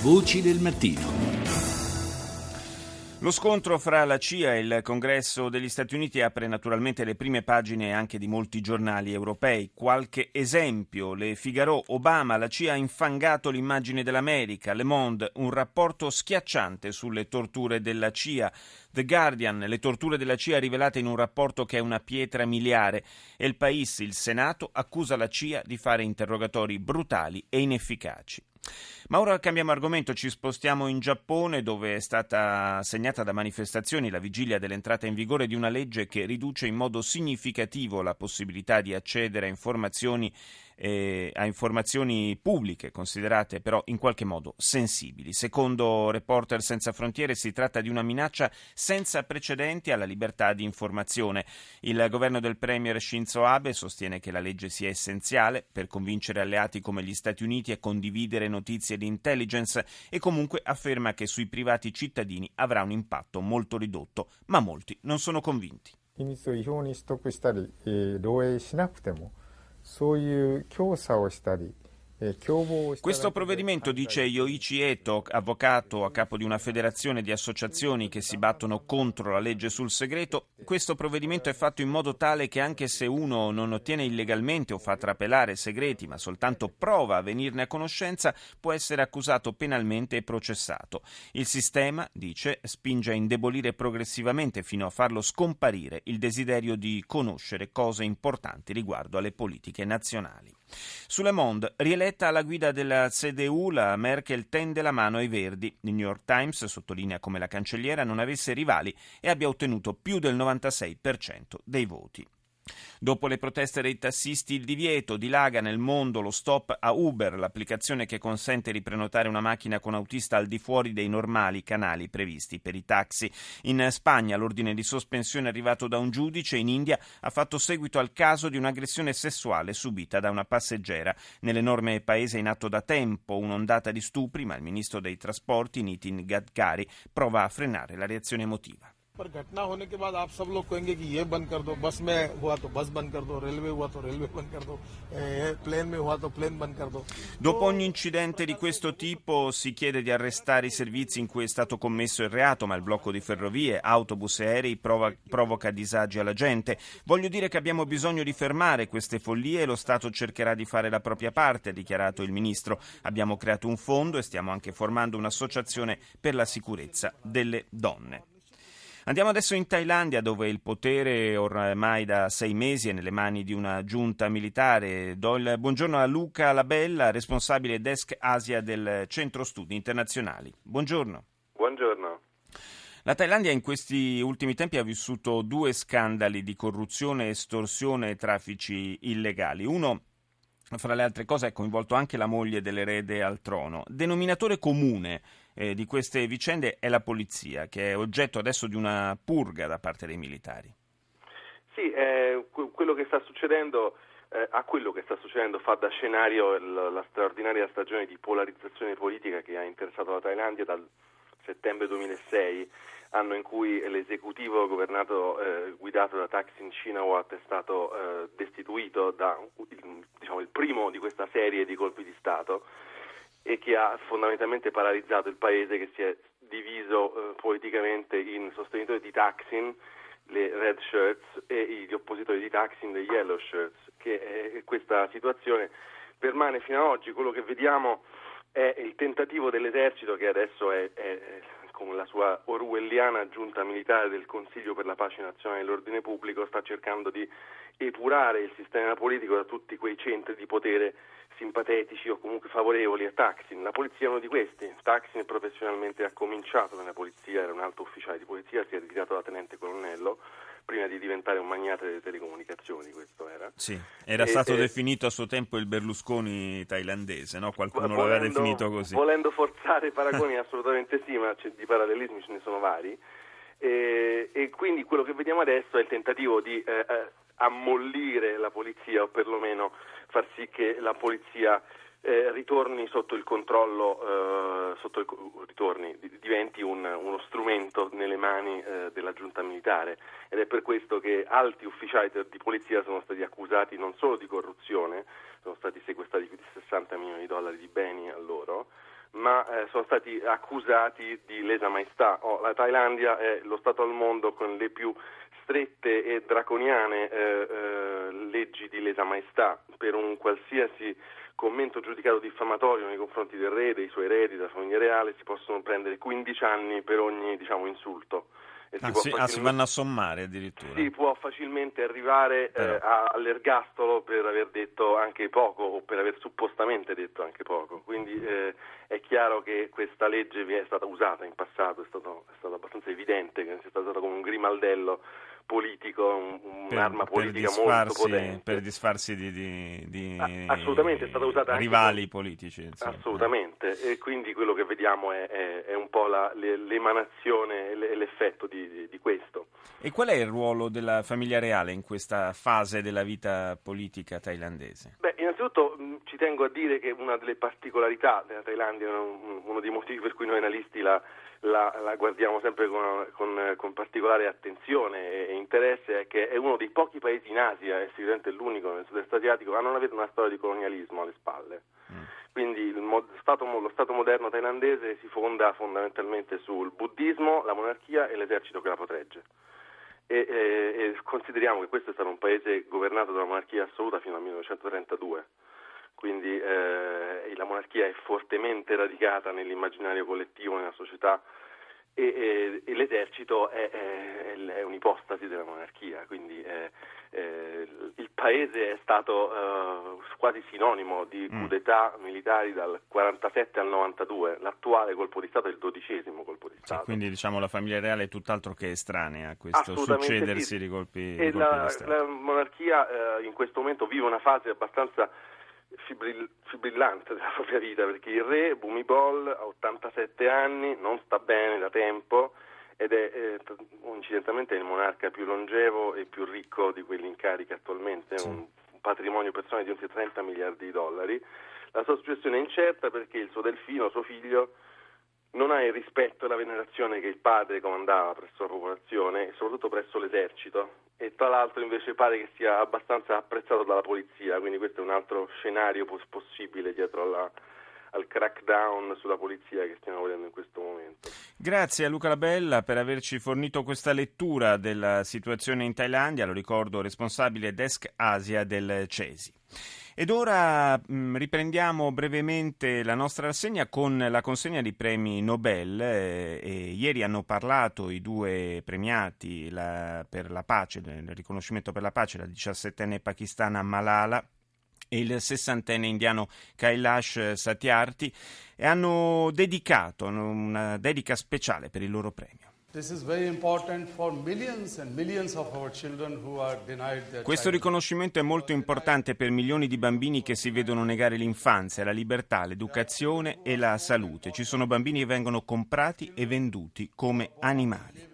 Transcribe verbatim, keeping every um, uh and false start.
Voci del mattino. Lo scontro fra la C I A e il Congresso degli Stati Uniti apre naturalmente le prime pagine anche di molti giornali europei. Qualche esempio: Le Figaro, Obama, la C I A ha infangato l'immagine dell'America. Le Monde, un rapporto schiacciante sulle torture della C I A. The Guardian, le torture della C I A rivelate in un rapporto che è una pietra miliare. E il País, il Senato, accusa la C I A di fare interrogatori brutali e inefficaci. Ma ora cambiamo argomento, ci spostiamo in Giappone, dove è stata segnata da manifestazioni la vigilia dell'entrata in vigore di una legge che riduce in modo significativo la possibilità di accedere a informazioni eh, a informazioni pubbliche, considerate però in qualche modo sensibili. Secondo Reporter Senza Frontiere si tratta di una minaccia senza precedenti alla libertà di informazione. Il governo del premier Shinzo Abe sostiene che la legge sia essenziale per convincere alleati come gli Stati Uniti a condividere notizie di intelligence e comunque afferma che sui privati cittadini avrà un impatto molto ridotto, ma molti non sono convinti. 秘密を違法に取得したり、えー、漏洩しなくても、そういう教唆をしたり、 Questo provvedimento, dice Yoichi Eto, avvocato a capo di una federazione di associazioni che si battono contro la legge sul segreto, questo provvedimento è fatto in modo tale che anche se uno non ottiene illegalmente o fa trapelare segreti, ma soltanto prova a venirne a conoscenza, può essere accusato penalmente e processato. Il sistema, dice, spinge a indebolire progressivamente fino a farlo scomparire il desiderio di conoscere cose importanti riguardo alle politiche nazionali. Sulle Monde, rieletta alla guida della C D U, la Merkel tende la mano ai Verdi. Il New York Times sottolinea come la cancelliera non avesse rivali e abbia ottenuto più del novantasei per cento dei voti. Dopo le proteste dei tassisti, il divieto, dilaga nel mondo lo stop a Uber, l'applicazione che consente di prenotare una macchina con autista al di fuori dei normali canali previsti per i taxi. In Spagna l'ordine di sospensione arrivato da un giudice, in India ha fatto seguito al caso di un'aggressione sessuale subita da una passeggera. Nell'enorme paese è in atto da tempo un'ondata di stupri, ma il ministro dei trasporti, Nitin Gadkari, prova a frenare la reazione emotiva. पर घटना होने के बाद आप सब लोग कहेंगे कि ये बंद कर दो, बस में हुआ तो बस बंद कर दो, रेलवे हुआ तो रेलवे बंद कर दो, प्लेन में हुआ तो प्लेन बंद कर दो. Dopo ogni incidente di questo tipo si chiede di arrestare i servizi in cui è stato commesso il reato, ma il blocco di ferrovie, autobus e aerei prova, provoca disagi alla gente. Voglio dire che abbiamo bisogno di fermare queste follie e lo Stato cercherà di fare la propria parte, ha dichiarato il ministro. Abbiamo creato un fondo e stiamo anche formando un'associazione per la sicurezza delle donne. Andiamo adesso in Thailandia, dove il potere ormai da sei mesi è nelle mani di una giunta militare. Do il buongiorno a Luca Labella, responsabile desk Asia del Centro Studi Internazionali. Buongiorno. Buongiorno. La Thailandia in questi ultimi tempi ha vissuto due scandali di corruzione, estorsione e traffici illegali. Uno, fra le altre cose, ha coinvolto anche la moglie dell'erede al trono. Denominatore comune eh, di queste vicende è la polizia, che è oggetto adesso di una purga da parte dei militari. Sì, eh, quello che sta succedendo, eh, a quello che sta succedendo fa da scenario il, la straordinaria stagione di polarizzazione politica che ha interessato la Thailandia dal settembre duemilasei, anno in cui l'esecutivo governato eh, guidato da Thaksin Shinawatra è stato eh, destituito da il, diciamo, il primo di questa serie di colpi di Stato e che ha fondamentalmente paralizzato il paese, che si è diviso eh, politicamente in sostenitori di Thaksin, le red shirts, e gli oppositori di Thaksin, le yellow shirts, che eh, questa situazione permane fino ad oggi. Quello che vediamo è il tentativo dell'esercito, che adesso è, è con la sua orwelliana giunta militare del Consiglio per la pace nazionale e l'ordine pubblico, sta cercando di epurare il sistema politico da tutti quei centri di potere simpatetici o comunque favorevoli a Thaksin. La polizia è uno di questi. Thaksin professionalmente ha cominciato nella polizia, era un alto ufficiale di polizia, si è ritirato da tenente colonnello prima di diventare un magnate delle telecomunicazioni, questo era. Sì, era e, stato e, definito a suo tempo il Berlusconi thailandese, no? Qualcuno volendo, l'aveva definito così. Volendo forzare paragoni assolutamente sì, ma di parallelismi ce ne sono vari. E, e quindi quello che vediamo adesso è il tentativo di eh, ammollire la polizia, o perlomeno far sì che la polizia eh, ritorni sotto il controllo, eh, sotto il, ritorni, diventi un, uno strumento nelle mani eh, della giunta militare, ed è per questo che alti ufficiali di polizia sono stati accusati non solo di corruzione, sono stati sequestrati più di sessanta milioni di dollari di beni a loro, ma eh, sono stati accusati di lesa maestà. Oh, la Thailandia è lo Stato al mondo con le più strette e draconiane eh, eh, leggi di lesa maestà. Per un qualsiasi commento giudicato diffamatorio nei confronti del re, dei suoi eredi, della famiglia reale, si possono prendere quindici anni per ogni, diciamo, insulto. E si, ah, può sì, facilmente... ah, si vanno a sommare addirittura. Si può facilmente arrivare eh, all'ergastolo per aver detto anche poco o per aver suppostamente detto anche poco. Quindi eh, è chiaro che questa legge vi è stata usata in passato, è stato, è stato abbastanza evidente che sia stata usata come un grimaldello politico, un, un'arma per, politica per molto potente. Per disfarsi di, di, di ah, assolutamente, è stata usata rivali anche con... politici. Insomma. Assolutamente, e quindi quello che vediamo è, è, è un po' la, l'emanazione e l'effetto di, di, di questo. E qual è il ruolo della famiglia reale in questa fase della vita politica thailandese? Beh, innanzitutto mh, ci tengo a dire che una delle particolarità della Thailandia, un, uno dei motivi per cui noi analisti la, la, la guardiamo sempre con, con, con particolare attenzione e interesse, è che è uno dei pochi paesi in Asia, è sicuramente l'unico nel sud-est asiatico, a non avere una storia di colonialismo alle spalle. Mm. Quindi il mo- stato, lo Stato moderno thailandese si fonda fondamentalmente sul buddismo, la monarchia e l'esercito che la protegge. E, e, e consideriamo che questo è stato un paese governato da una monarchia assoluta fino al millenovecentotrentadue, quindi eh, la monarchia è fortemente radicata nell'immaginario collettivo, nella società, e, e, e l'esercito è, è, è un'ipostasi della monarchia, quindi è, è, il paese è stato uh, quasi sinonimo di coup d'etat militari dal quarantasette al novantadue, l'attuale colpo di Stato è il dodicesimo colpo di Stato. Sì, quindi diciamo la famiglia reale è tutt'altro che estranea a questo succedersi sì. di colpi, e di, colpi la, di Stato. La monarchia uh, in questo momento vive una fase abbastanza Fibrill- fibrillante della propria vita, perché il re Bhumibol ha ottantasette anni, non sta bene da tempo ed è eh, incidentalmente il monarca più longevo e più ricco di quelli in carica attualmente, sì. un, un patrimonio personale di oltre trenta miliardi di dollari. La sua successione è incerta perché il suo delfino, suo figlio, non ha il rispetto e la venerazione che il padre comandava presso la popolazione e soprattutto presso l'esercito, e tra l'altro invece pare che sia abbastanza apprezzato dalla polizia, quindi questo è un altro scenario pos- possibile dietro alla, al crackdown sulla polizia che stiamo vedendo in questo momento. Grazie a Luca Labella per averci fornito questa lettura della situazione in Thailandia, lo ricordo responsabile Desk Asia del CESI. Ed ora mh, riprendiamo brevemente la nostra rassegna con la consegna di premi Nobel. Eh, e ieri hanno parlato i due premiati la, per la pace, il riconoscimento per la pace, la diciassettenne pakistana Malala e il sessantenne indiano Kailash Satyarthi, e hanno dedicato una dedica speciale per il loro premio. Questo riconoscimento è molto importante per milioni di bambini che si vedono negare l'infanzia, la libertà, l'educazione e la salute. Ci sono bambini che vengono comprati e venduti come animali.